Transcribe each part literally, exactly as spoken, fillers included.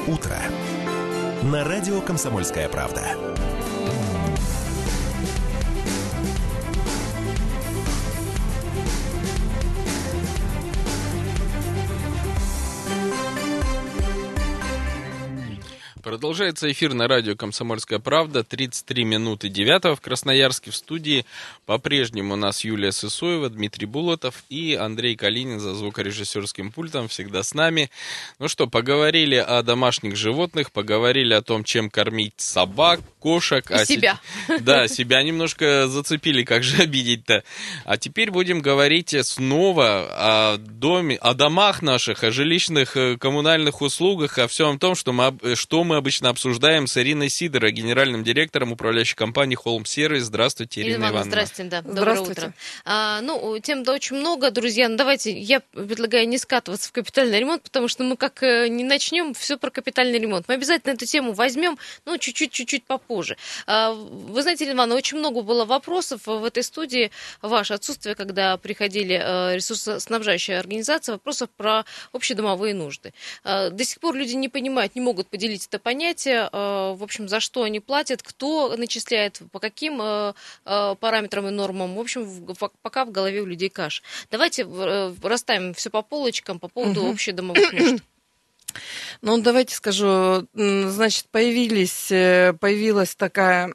утро» на радио «Комсомольская правда». Продолжается эфир на радио «Комсомольская правда». тридцать три минуты девятого в Красноярске. В студии по-прежнему у нас Юлия Сысоева, Дмитрий Булатов и Андрей Калинин за звукорежиссерским пультом. Всегда с нами. Ну что, поговорили о домашних животных, поговорили о том, чем кормить собак, кошек. И а себя. С... Да, себя немножко зацепили, как же обидеть-то. А теперь будем говорить снова о доме, о домах наших, о жилищных коммунальных услугах, о всем том, что мы, что мы обычно обсуждаем с Ириной Сидоровой, генеральным директором управляющей компании Home Service. Здравствуйте, Ирина, Ирина Ивановна. Здравствуйте, да. Доброе утро. А, ну, тем-то очень много, друзья. Ну, давайте, я предлагаю не скатываться в капитальный ремонт, потому что мы как не начнем все про капитальный ремонт. Мы обязательно эту тему возьмем, ну, чуть-чуть-чуть попозже. А, вы знаете, Ирина Ивановна, очень много было вопросов в этой студии. Ваше отсутствие, когда приходили ресурсоснабжающие организации, вопросов про общедомовые нужды. А, до сих пор люди не понимают, не могут поделить это понятие, в общем, за что они платят, кто начисляет, по каким параметрам и нормам. В общем, пока в голове у людей каша. Давайте расставим все по полочкам по поводу угу. общедомовых нужд. Ну, давайте скажу, значит, появились, появилась такая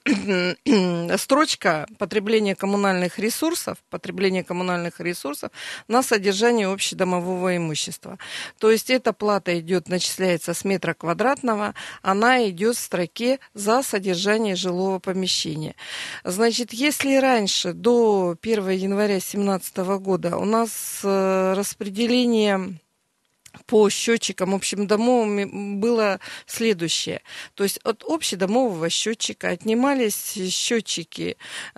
строчка потребления коммунальных ресурсов, потребление коммунальных ресурсов на содержание общедомового имущества. То есть эта плата идет, начисляется с метра квадратного, она идет в строке за содержание жилого помещения. Значит, если раньше, до первого января две тысячи семнадцатого года, у нас распределение по счетчикам общедомовым было следующее. То есть от общедомового счетчика отнимались счетчики,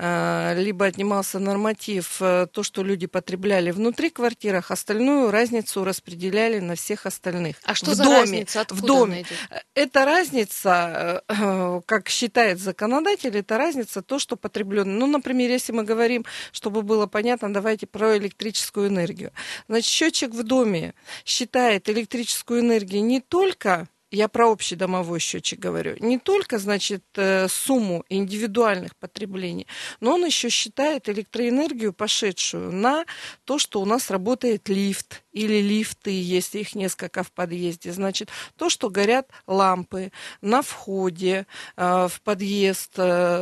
либо отнимался норматив, то, что люди потребляли внутри квартир, остальную разницу распределяли на всех остальных. А что в за доме, разница? Откуда в доме. Она идет? Эта разница, как считает законодатель, это разница то, что потреблено. Ну, например, если мы говорим, чтобы было понятно, давайте про электрическую энергию. Значит, счетчик в доме считает электрическую энергию не только, я про общедомовой счетчик говорю, не только, значит, сумму индивидуальных потреблений, но он еще считает электроэнергию, пошедшую на то, что у нас работает лифт или лифты, если их несколько в подъезде. Значит, то, что горят лампы на входе в подъезд,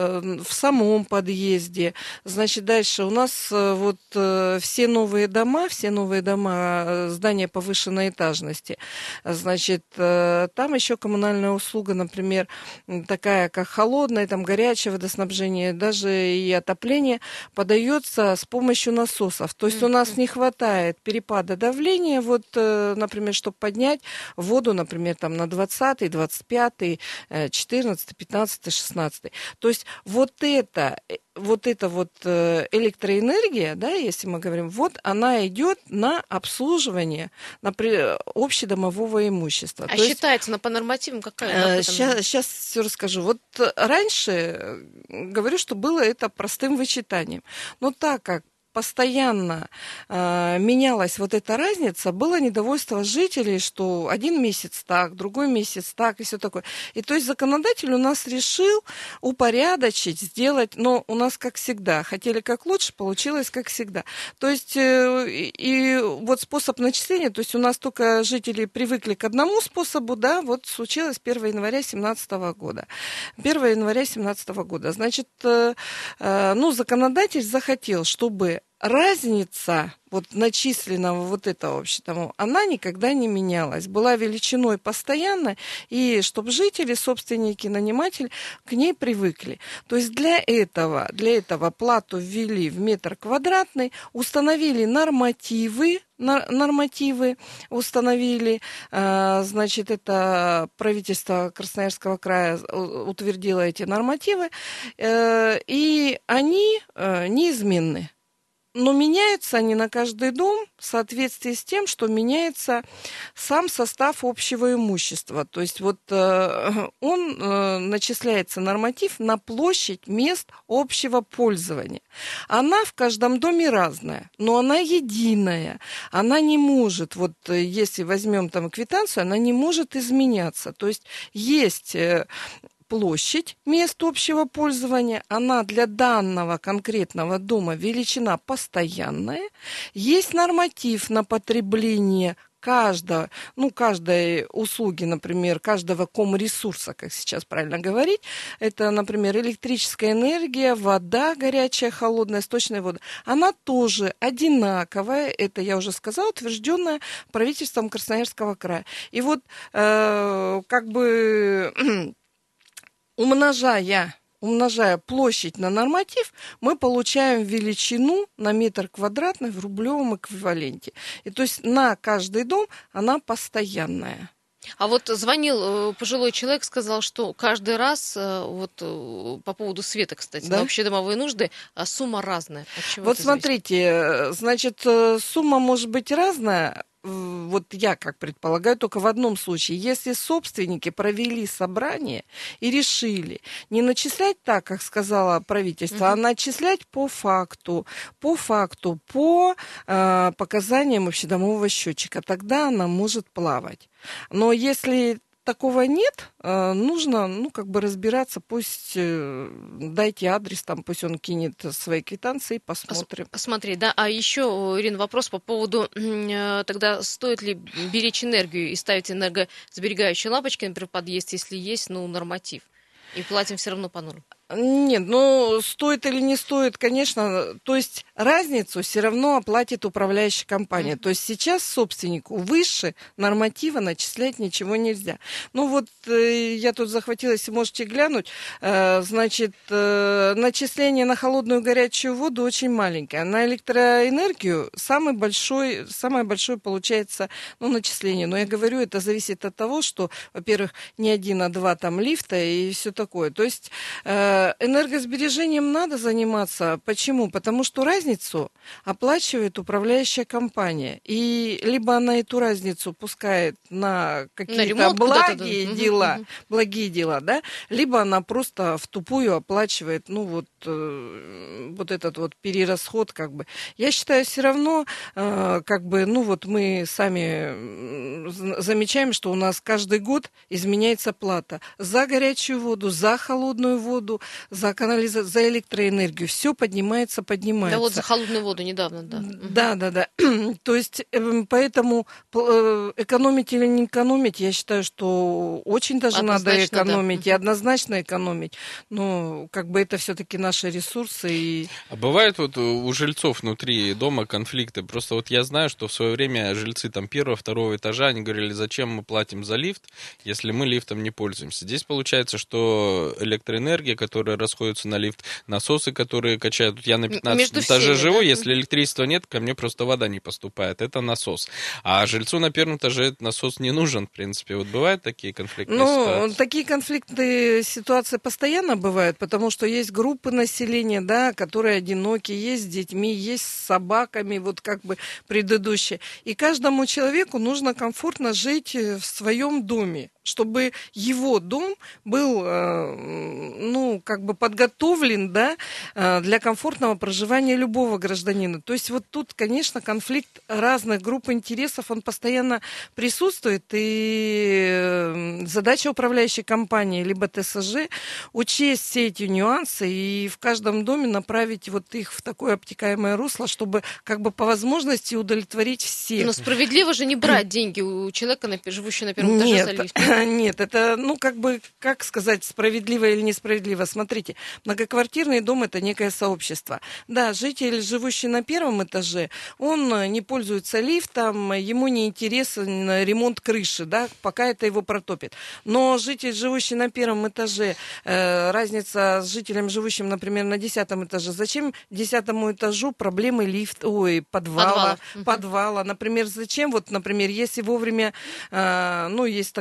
в самом подъезде. Значит, дальше у нас вот все новые дома, все новые дома, здания повышенной этажности. Значит, там еще коммунальная услуга, например, такая, как холодное, там горячее водоснабжение, даже и отопление, подается с помощью насосов. То есть у нас не хватает перепада давления, вот, например, чтобы поднять воду, например, там на двадцатый, двадцать пятый, четырнадцатый, пятнадцатый, шестнадцатый. То есть вот это, вот эта вот электроэнергия, да, если мы говорим, вот она идет на обслуживание на общедомового имущества. А То считается есть, по нормативам какая? Сейчас, сейчас все расскажу. Вот раньше, говорю, что было это простым вычитанием. Но так как постоянно э, менялась вот эта разница, было недовольство жителей, что один месяц так, другой месяц так и все такое. И то есть законодатель у нас решил упорядочить, сделать, но у нас как всегда, хотели как лучше, получилось как всегда. То есть э, и, и вот способ начисления, то есть у нас только жители привыкли к одному способу, да, вот случилось первого января две тысячи семнадцатого года. первого января две тысячи семнадцатого года. Значит, э, э, ну, законодатель захотел, чтобы разница вот начисленного вот этого общедомового, она никогда не менялась. Была величиной постоянно, и чтобы жители, собственники, наниматель к ней привыкли. То есть для этого, для этого плату ввели в метр квадратный, установили нормативы, нормативы установили, значит, это правительство Красноярского края утвердило эти нормативы, и они неизменны. но меняются они на каждый дом в соответствии с тем, что меняется сам состав общего имущества. То есть вот э, он э, начисляется норматив на площадь мест общего пользования. Она в каждом доме разная, но она единая. Она не может, вот э, если возьмем там квитанцию, она не может изменяться. То есть есть... Э, площадь мест общего пользования, она для данного конкретного дома величина постоянная, есть норматив на потребление каждого, ну, каждой услуги, например, каждого комресурса, как сейчас правильно говорить, это, например, электрическая энергия, вода горячая, холодная, сточная вода, она тоже одинаковая, это, я уже сказала, утвержденная правительством Красноярского края. И вот э, как бы... Умножая, умножая площадь на норматив, мы получаем величину на метр квадратный в рублевом эквиваленте. И то есть на каждый дом она постоянная. А вот звонил пожилой человек, сказал, что каждый раз, вот по поводу света, кстати, да? На общедомовые нужды, сумма разная. Вот смотрите, значит, сумма может быть разная. Вот я как предполагаю, только в одном случае. Если собственники провели собрание и решили не начислять так, как сказала правительство, uh-huh. а начислять по факту, по факту, по э, показаниям общедомового счетчика, тогда она может плавать. Но если такого нет, нужно, ну, как бы разбираться, пусть дайте адрес, там, пусть он кинет свои квитанции и посмотрим. Смотри, да, а еще, Ирина, вопрос по поводу, тогда стоит ли беречь энергию и ставить энергосберегающие лампочки, например, в подъезд, если есть, ну, норматив, и платим все равно по нормам? Нет, ну, стоит или не стоит, конечно, то есть разницу все равно оплатит управляющая компания. Mm-hmm. То есть сейчас собственнику выше норматива начислять ничего нельзя. Ну вот э, я тут захватила, если можете глянуть, э, значит, э, начисление на холодную горячую воду очень маленькое. На электроэнергию самый большой, самое большое получается, ну, начисление. Но я говорю, это зависит от того, что, во-первых, не один, а два там лифта и все такое. То есть... Э, энергосбережением надо заниматься. Почему? Потому что разницу оплачивает управляющая компания. И либо она эту разницу пускает на какие-то на благие да. дела, угу, угу. благие дела, да, либо она просто в тупую оплачивает, ну, вот, э, вот этот вот перерасход, как бы. Я считаю, все равно, э, как бы, ну, вот мы сами замечаем, что у нас каждый год изменяется плата за горячую воду, за холодную воду, за канализацию, за электроэнергию. Все поднимается, поднимается. Да вот за холодную воду недавно, да. Да, да, да. То есть, поэтому экономить или не экономить, я считаю, что очень даже однозначно надо экономить, да. И однозначно экономить. Но как бы это все-таки наши ресурсы. И... А бывает вот у жильцов внутри дома конфликты? Просто вот я знаю, что в свое время жильцы там первого, второго этажа, они говорили, зачем мы платим за лифт, если мы лифтом не пользуемся. Здесь получается, что электроэнергия, которая расходятся на лифт, насосы, которые качают. Я на пятнадцатом этаже живу, да? Если электричества нет, ко мне просто вода не поступает. Это насос. А жильцу на первом этаже этот насос не нужен, в принципе. Вот бывают такие конфликтные ну, ситуации? Такие конфликтные ситуации постоянно бывают, потому что есть группы населения, да, которые одиноки, есть с детьми, есть с собаками, вот как бы предыдущие. И каждому человеку нужно комфортно жить в своем доме, чтобы его дом был, ну, как бы подготовлен, да, для комфортного проживания любого гражданина. То есть вот тут, конечно, конфликт разных групп интересов, он постоянно присутствует, и задача управляющей компании, либо ТСЖ, учесть все эти нюансы и в каждом доме направить вот их в такое обтекаемое русло, чтобы как бы по возможности удовлетворить всех. Но справедливо же не брать деньги у человека, живущего на первом этаже за лифт. Нет, это, ну, как бы, как сказать, справедливо или несправедливо. Смотрите, многоквартирный дом – это некое сообщество. Да, житель, живущий на первом этаже, он не пользуется лифтом, ему не интересен ремонт крыши, да, пока это его протопит. Но житель, живущий на первом этаже, э, разница с жителем, живущим, например, на десятом этаже, зачем десятому этажу проблемы лифта, ой, подвала, подвала, подвала. Например, зачем, вот, например, если вовремя, э, ну, есть такая вот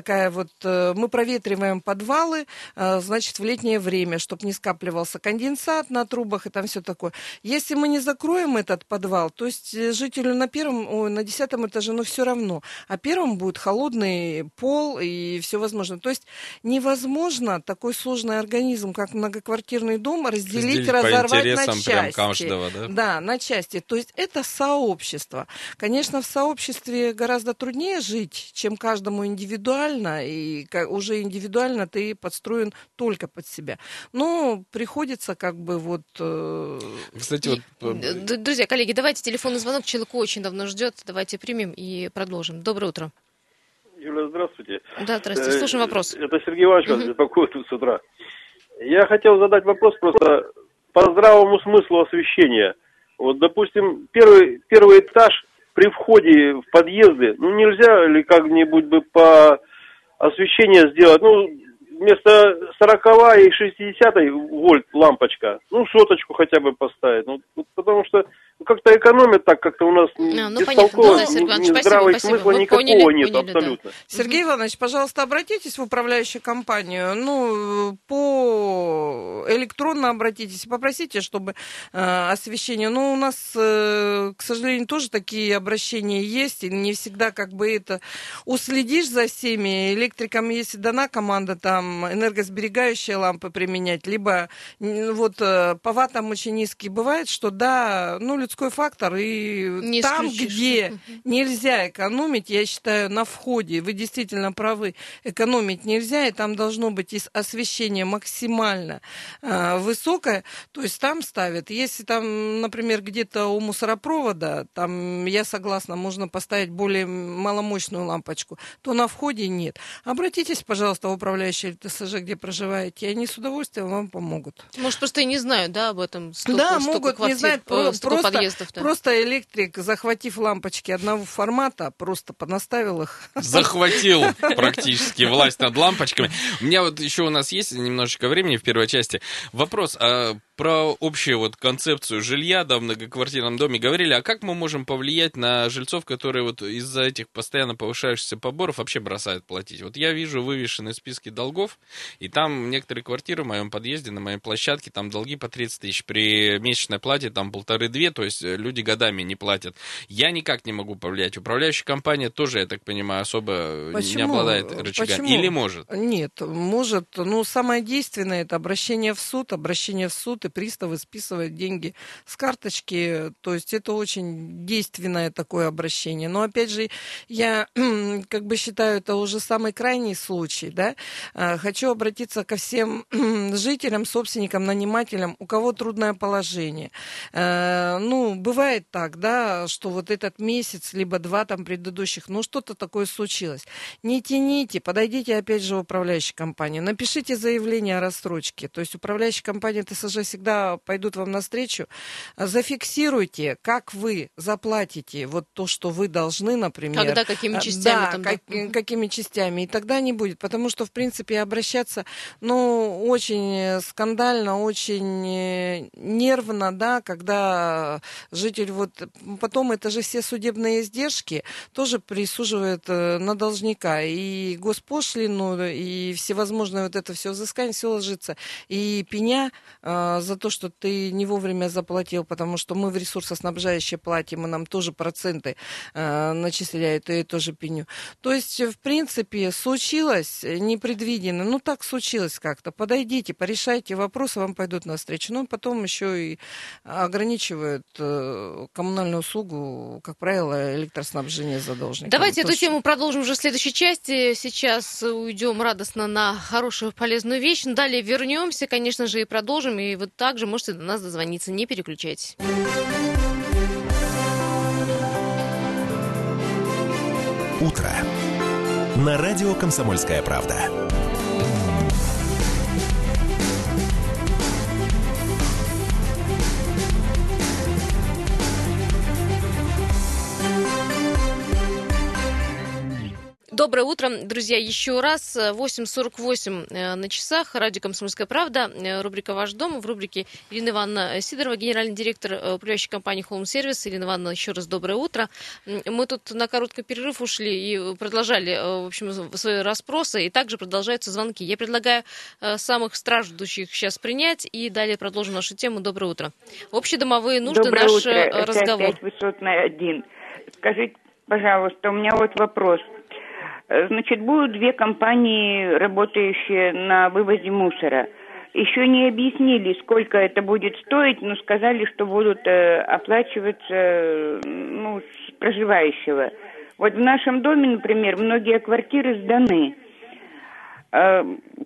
вот э, мы проветриваем подвалы, э, значит, в летнее время, чтобы не скапливался конденсат на трубах и там все такое. Если мы не закроем этот подвал, то есть жителю на первом, ой, на десятом этаже, ну, все равно. А первым будет холодный пол и все возможно. То есть невозможно такой сложный организм, как многоквартирный дом, разделить, Разделить по разорвать на интересам прям части. каждого, да? Да, на части. То есть это сообщество. Конечно, в сообществе гораздо труднее жить, чем каждому индивидуально, и ка- уже индивидуально ты подстроен только под себя. Но приходится как бы вот... э, Кстати, вот... Д- д- Друзья, коллеги, давайте телефонный звонок. Человек очень давно ждет. Давайте примем и продолжим. Доброе утро. Юля, здравствуйте. Да, здравствуйте. Слушаем вопрос. Это Сергей Иванович вас Мгм. беспокоит тут с утра. Я хотел задать вопрос просто по здравому смыслу освещения. Вот, допустим, первый, первый этаж при входе в подъезды, ну, нельзя ли как-нибудь бы по освещению сделать, ну, вместо сороковой и шестидесятой вольт лампочка, ну, соточку хотя бы поставить, ну, потому что ну, как-то экономят так, как-то у нас А, ну, бестолково, понятно. Да, Сергей Иванович, ни спасибо, здравого спасибо. смысла Мы никакого поняли, нет поняли, да. абсолютно. Сергей Иванович, пожалуйста, обратитесь в управляющую компанию, ну, по электронно обратитесь, попросите, чтобы э, освещение, ну, у нас, э, к сожалению, тоже такие обращения есть, и не всегда как бы это уследишь за всеми. Электрикам, если дана команда, там, энергосберегающие лампы применять, либо м, вот э, по ваттам очень низкий бывает, что да, ну, людской фактор, и Не там, исключишь. где Мгм. нельзя экономить, я считаю, на входе, вы действительно правы, экономить нельзя, и там должно быть ис- освещение максимально э, высокое, то есть там ставят. Если там, например, где-то у мусоропровода, там, я согласна, можно поставить более маломощную лампочку, то на входе нет. Обратитесь, пожалуйста, в управляющий ТСЖ, где проживаете, и они с удовольствием вам помогут. Может, просто и не знают, да, об этом. Столько, Да, столько могут не квартир, знать, э, про- столько просто, подъездов. Да. просто электрик, захватив лампочки одного формата, просто понаставил их. Захватил практически власть над лампочками. У меня вот еще у нас есть немножечко времени в первой части. Вопрос а, про общую вот концепцию жилья, да, в многоквартирном доме. Говорили, а как мы можем повлиять на жильцов, которые вот из-за этих постоянно повышающихся поборов вообще бросают платить? Вот я вижу вывешенные списки долгов, и там некоторые квартиры в моем подъезде, на моей площадке, там долги по тридцать тысяч. При месячной плате там полторы-две, то есть люди годами не платят. Я никак не могу повлиять. Управляющая компания тоже, я так понимаю, особо Почему? не обладает рычагами. Почему? Или может? Нет, может. Ну, самое действенное – это обращение в суд. Обращение в суд, и приставы списывают деньги с карточки. То есть это очень действенное такое обращение. Но, опять же, я как бы считаю, это уже самый крайний случай. Да? А, Хочу обратиться ко всем жителям, собственникам, нанимателям, у кого трудное положение. Э, Ну, бывает так, да, что вот этот месяц, либо два там предыдущих, ну, что-то такое случилось. Не тяните, подойдите опять же в управляющую компанию, напишите заявление о рассрочке. То есть управляющая компания ТСЖ всегда пойдут вам навстречу. Зафиксируйте, как вы заплатите вот то, что вы должны, например. Когда, какими А, частями да, там, да? как- Мгм. какими частями. И тогда не будет, потому что, в принципе, обращаться, ну, очень скандально, очень э, нервно, да, когда житель вот... Потом это же все судебные издержки тоже присуживают э, на должника. И госпошлину, и всевозможные вот это все взыскание, все ложится. И пеня э, за то, что ты не вовремя заплатил, потому что мы в ресурсоснабжающие платим, и нам тоже проценты э, начисляют, и тоже пеню. То есть, в принципе, случилось непредвиденно. Ну, так случилось как-то. Подойдите, порешайте вопросы, вам пойдут навстречу. Ну, потом еще и ограничивают э, коммунальную услугу, как правило, электроснабжение задолженникам. Давайте эту Тоже- тему продолжим уже в следующей части. Сейчас уйдем радостно на хорошую, полезную вещь. Далее вернемся, конечно же, и продолжим. И вы также можете до нас дозвониться. Не переключайтесь. Утро. На радио «Комсомольская правда». Доброе утро, друзья, еще раз. восемь сорок восемь на часах. Радио «Комсомольская правда». Рубрика «Ваш дом». В рубрике Ирина Ивановна Сидорова, генеральный директор управляющей компании «Хоум Сервис». Ирина Ивановна, еще раз доброе утро. Мы тут на короткий перерыв ушли и продолжали, в общем, свои расспросы. И также продолжаются звонки. Я предлагаю самых страждущих сейчас принять. И далее продолжим нашу тему. Доброе утро. Общедомовые нужды, доброе наш утро. разговор. пять высотная один. Скажите, пожалуйста, у меня вот вопрос. Значит, будут две компании, работающие на вывозе мусора. Еще не объяснили, сколько это будет стоить, но сказали, что будут э, оплачиваться ну, с проживающего. Вот в нашем доме, например, многие квартиры сданы. Э,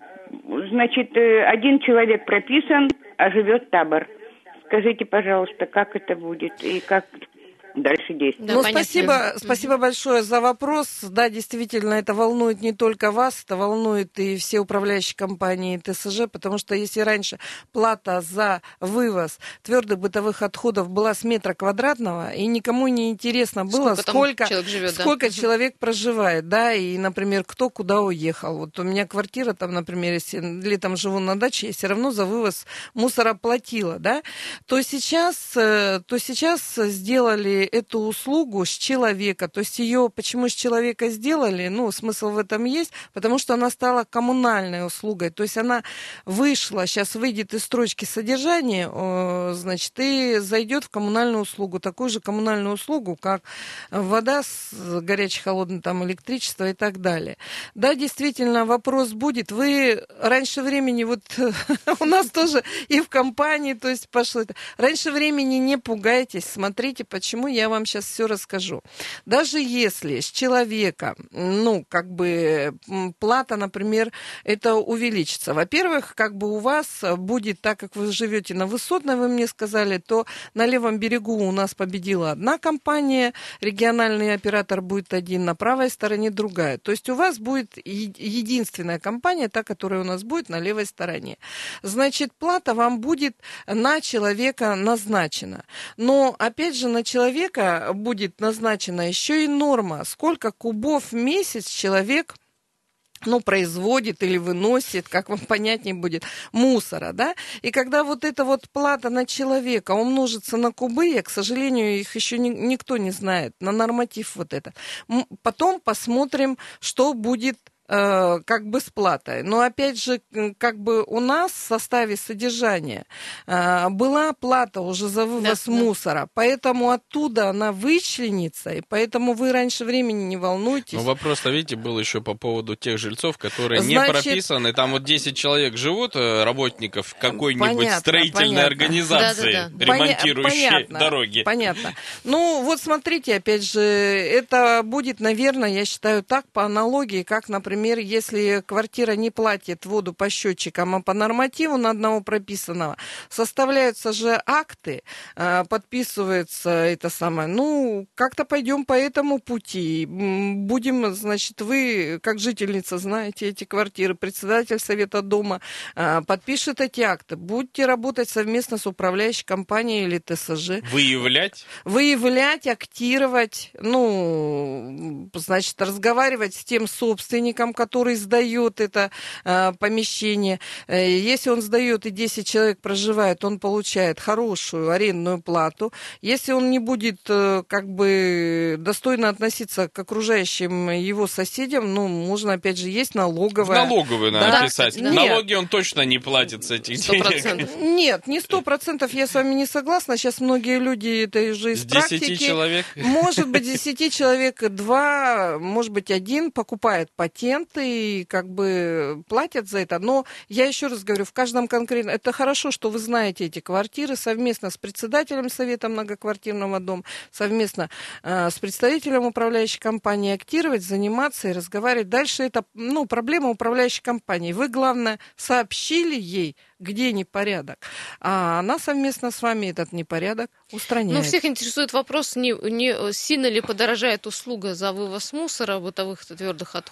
значит, э, один человек прописан, а живет табор. Скажите, пожалуйста, как это будет и как дальше действовать? Да, ну, понятно. спасибо, спасибо большое за вопрос. Да, действительно, это волнует не только вас, это волнует и все управляющие компании ТСЖ, потому что если раньше плата за вывоз твердых бытовых отходов была с метра квадратного, и никому не интересно было, Сколько там сколько, человек живет, да? сколько человек проживает, да, и, например, кто куда уехал. Вот у меня квартира там, например, если летом живу на даче, я все равно за вывоз мусора платила, да, то сейчас, то сейчас сделали эту услугу с человека, то есть ее, почему с человека сделали, ну, смысл в этом есть, потому что она стала коммунальной услугой, то есть она вышла, сейчас выйдет из строчки содержания, значит, и зайдет в коммунальную услугу, такую же коммунальную услугу, как вода с горячей, холодной, там, электричество и так далее. Да, действительно, вопрос будет. Вы раньше времени, вот у нас тоже и в компании, то есть пошло это, раньше времени не пугайтесь, смотрите, почему я вам сейчас все расскажу. Даже если с человека, ну, как бы плата, например, это увеличится. Во-первых, как бы у вас будет, так как вы живете на Высотной, вы мне сказали, то на левом берегу у нас победила одна компания, региональный оператор будет один, на правой стороне другая. То есть у вас будет единственная компания, та, которая у нас будет на левой стороне. Значит, плата вам будет на человека назначена. Но, опять же, на человека будет назначена еще и норма, сколько кубов в месяц человек, ну, производит или выносит, как вам понятнее будет, мусора, да, и когда вот эта вот плата на человека умножится на кубы, я, к сожалению, их еще ни, никто не знает, на норматив вот это, потом посмотрим, что будет как бы с платой. Но опять же, как бы у нас в составе содержания была плата уже за вывоз да, мусора, да. Поэтому оттуда она вычленится, и поэтому вы раньше времени не волнуйтесь. Но вопрос-то, видите, был еще по поводу тех жильцов, которые Значит, не прописаны. Там вот десять человек живут, работников какой-нибудь понятно, строительной понятно. организации, да, да, да. ремонтирующей понятно, дороги. Понятно. Ну, вот смотрите, опять же, это будет, наверное, я считаю так, по аналогии, как, например, Например, если квартира не платит воду по счетчикам, а по нормативу на одного прописанного, составляются же акты, подписывается это самое. Ну, как-то пойдем по этому пути. Будем, значит, вы, как жительница, знаете эти квартиры, председатель совета дома подпишет эти акты. Будете работать совместно с управляющей компанией или ТСЖ. Выявлять? Выявлять, актировать, ну, значит, разговаривать с тем собственником, который сдает это э, помещение. Э, если он сдает и десять человек проживает, он получает хорошую арендную плату. Если он не будет э, как бы достойно относиться к окружающим его соседям, ну, можно, опять же, есть налоговая. В налоговую надо да? писать. Да. Налоги он точно не платит с этих денег. Нет, не сто процентов я с вами не согласна. Сейчас многие люди, это уже из с практики. десяти человек? Может быть, десяти человек два, может быть, один покупает патент и как бы платят за это. Но я еще раз говорю, в каждом конкретно... Это хорошо, что вы знаете эти квартиры совместно с председателем совета многоквартирного дома, совместно э, с представителем управляющей компании актировать, заниматься и разговаривать. Дальше это, ну, проблема управляющей компании. Вы, главное, сообщили ей, где непорядок, а она совместно с вами этот непорядок устраняет. Ну, всех интересует вопрос, не, не сильно ли подорожает услуга за вывоз мусора, бытовых твердых отходов,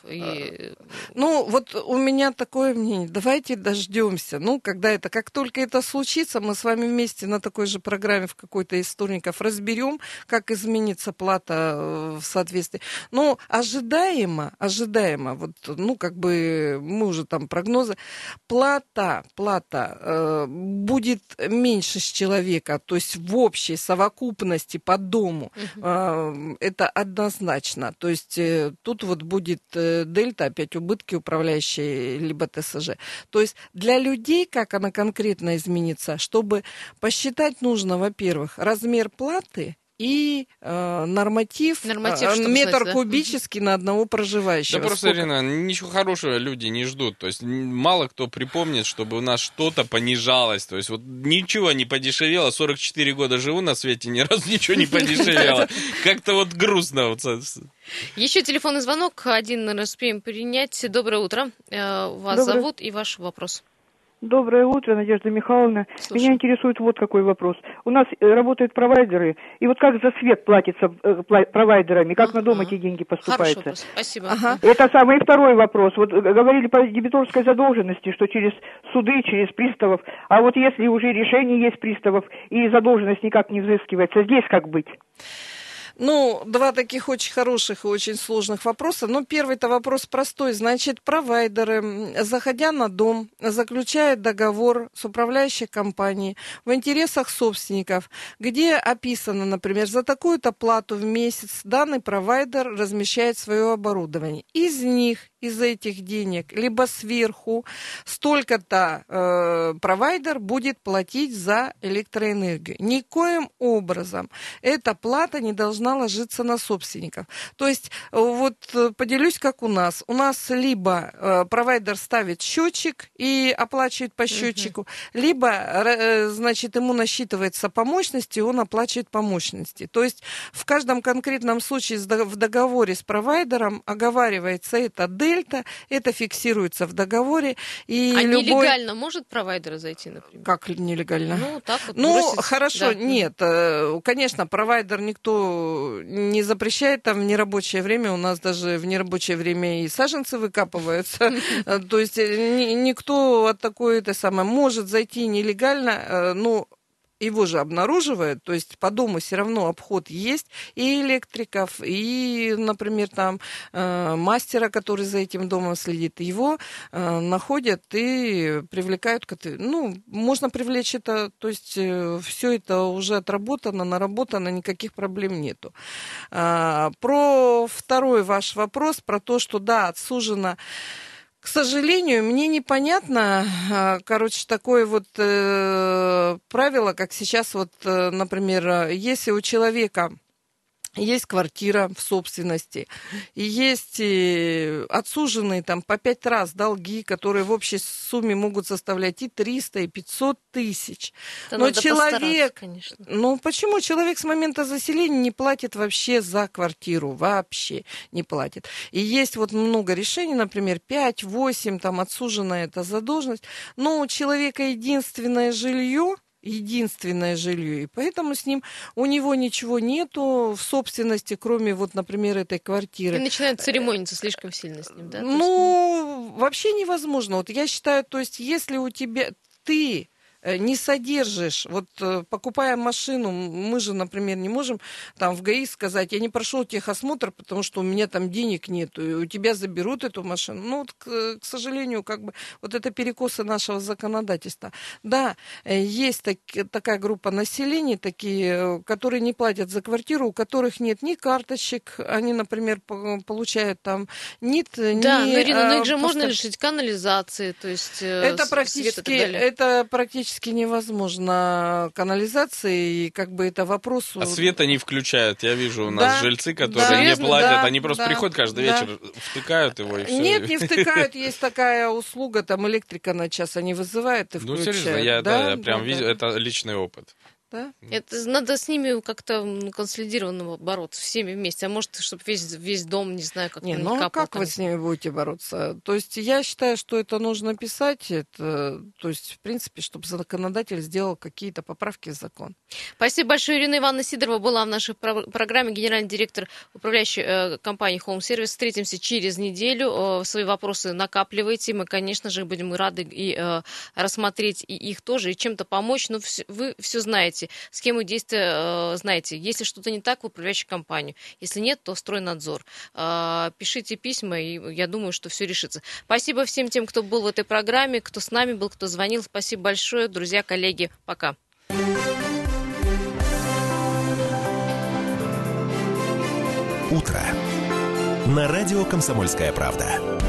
И... Ну, вот у меня такое мнение. Давайте дождемся. Ну, когда это, как только это случится, мы с вами вместе на такой же программе в какой-то из вторников разберем, как изменится плата в соответствии. Но ожидаемо, ожидаемо, вот, ну, как бы мы уже там прогнозы, плата, плата э, будет меньше с человека, то есть в общей совокупности по дому. Uh-huh. э, это однозначно. То есть э, тут вот будет э, дельта, опять убытки управляющие, либо ТСЖ. То есть для людей, как она конкретно изменится, чтобы посчитать нужно, во-первых, размер платы и э, норматив, Норматив, э, метр знать, да? кубический на одного проживающего. Да просто, Сколько? Ирина, ничего хорошего люди не ждут. То есть мало кто припомнит, чтобы у нас что-то понижалось. То есть вот ничего не подешевело. сорок четыре года живу на свете, ни разу ничего не подешевело. Как-то вот грустно. Еще телефонный звонок. Один, наверное, успеем принять. Доброе утро. Вас зовут и ваш вопрос. Доброе утро, Надежда Михайловна. Слушай. Меня интересует вот какой вопрос. У нас э, работают провайдеры, и вот как за свет платится э, пла- провайдерами, как ага. на дом эти деньги поступаются? Хороший вопрос, спасибо. Ага. Это самый второй вопрос. Вот э, говорили по дебиторской задолженности, что через суды, через приставов. А вот если уже решение есть приставов, и задолженность никак не взыскивается, здесь как быть? Ну, два таких очень хороших и очень сложных вопроса. Ну, первый-то вопрос простой. Значит, провайдеры, заходя на дом, заключают договор с управляющей компанией в интересах собственников, где описано, например, за такую-то плату в месяц данный провайдер размещает свое оборудование. Из них, из этих денег, либо сверху столько-то э, провайдер будет платить за электроэнергию. Никоим образом эта плата не должна ложиться на собственников. То есть, вот поделюсь, как у нас. У нас либо э, провайдер ставит счетчик и оплачивает по счетчику, uh-huh. либо, э, значит, ему насчитывается по мощности, он оплачивает по мощности. То есть, в каждом конкретном случае в договоре с провайдером оговаривается это дельта, это фиксируется в договоре. И а любой... нелегально может провайдер зайти, например? Как нелегально? Ну, так вот ну бросить, хорошо, да. нет. Конечно, провайдер никто не запрещает там в нерабочее время. У нас даже в нерабочее время и саженцы выкапываются. То есть никто от такой, это самое, может зайти нелегально, но его же обнаруживают, то есть по дому все равно обход есть, и электриков, и, например, там э, мастера, который за этим домом следит, его э, находят и привлекают, ну, можно привлечь это, то есть э, все это уже отработано, наработано, никаких проблем нету. А, про второй ваш вопрос, про то, что, да, отсужено. К сожалению, мне непонятно, короче, такое вот э, правило, как сейчас вот, э, например, если у человека есть квартира в собственности, и есть отсуженные там по пять раз долги, которые в общей сумме могут составлять и триста, и пятьсот тысяч. Это но надо человек, конечно. Ну почему человек с момента заселения не платит вообще за квартиру, вообще не платит? И есть вот много решений, например, пять-восемь, там отсуженная эта задолженность, но у человека единственное жилье, единственное жилье, и поэтому с ним, у него ничего нету в собственности, кроме вот, например, этой квартиры. И начинают церемониться слишком сильно с ним, да? Ну, есть... вообще невозможно. Вот я считаю, то есть, если у тебя, ты не содержишь, вот покупая машину, мы же, например, не можем там в ГАИ сказать, я не прошел техосмотр, потому что у меня там денег нет, и у тебя заберут эту машину. Ну, вот, к, к сожалению, как бы вот это перекосы нашего законодательства. Да, есть так, такая группа населения, такие, которые не платят за квартиру, у которых нет ни карточек, они, например, получают там НИТ, да, ни... Да, но, Ирина, ну их же постав... можно лишить канализации, то есть это практически, это практически невозможно канализации, и как бы это вопрос... А света не включают. Я вижу у нас да, жильцы, которые да, не серьезно? платят, Да, они просто да, приходят каждый да. вечер, втыкают его и все. Нет, не втыкают, есть такая услуга, там электрика на час, они вызывают и включают. Ну, серьезно, я, да, да, я прям да, видел, да. это личный опыт. Да? Это надо с ними как-то консолидированно бороться, всеми вместе. А может, чтобы весь, весь дом, не знаю, как-то не, не ну а капал как там. вы с ними будете бороться? То есть я считаю, что это нужно писать, это, то есть, в принципе, чтобы законодатель сделал какие-то поправки в закон. Спасибо большое. Ирина Ивановна Сидорова была в нашей про- программе, генеральный директор управляющей э, компании Home Service. Встретимся через неделю. Э, свои вопросы накапливайте. Мы, конечно же, будем рады и э, рассмотреть и их тоже, и чем-то помочь. Но вс- вы все знаете, схему действия э, знаете. Если что-то не так, в управляющую компанию. Если нет, то стройнадзор. Э, пишите письма, и я думаю, что все решится. Спасибо всем тем, кто был в этой программе, кто с нами был, кто звонил. Спасибо большое, друзья, коллеги. Пока. Утро. На радио «Комсомольская правда».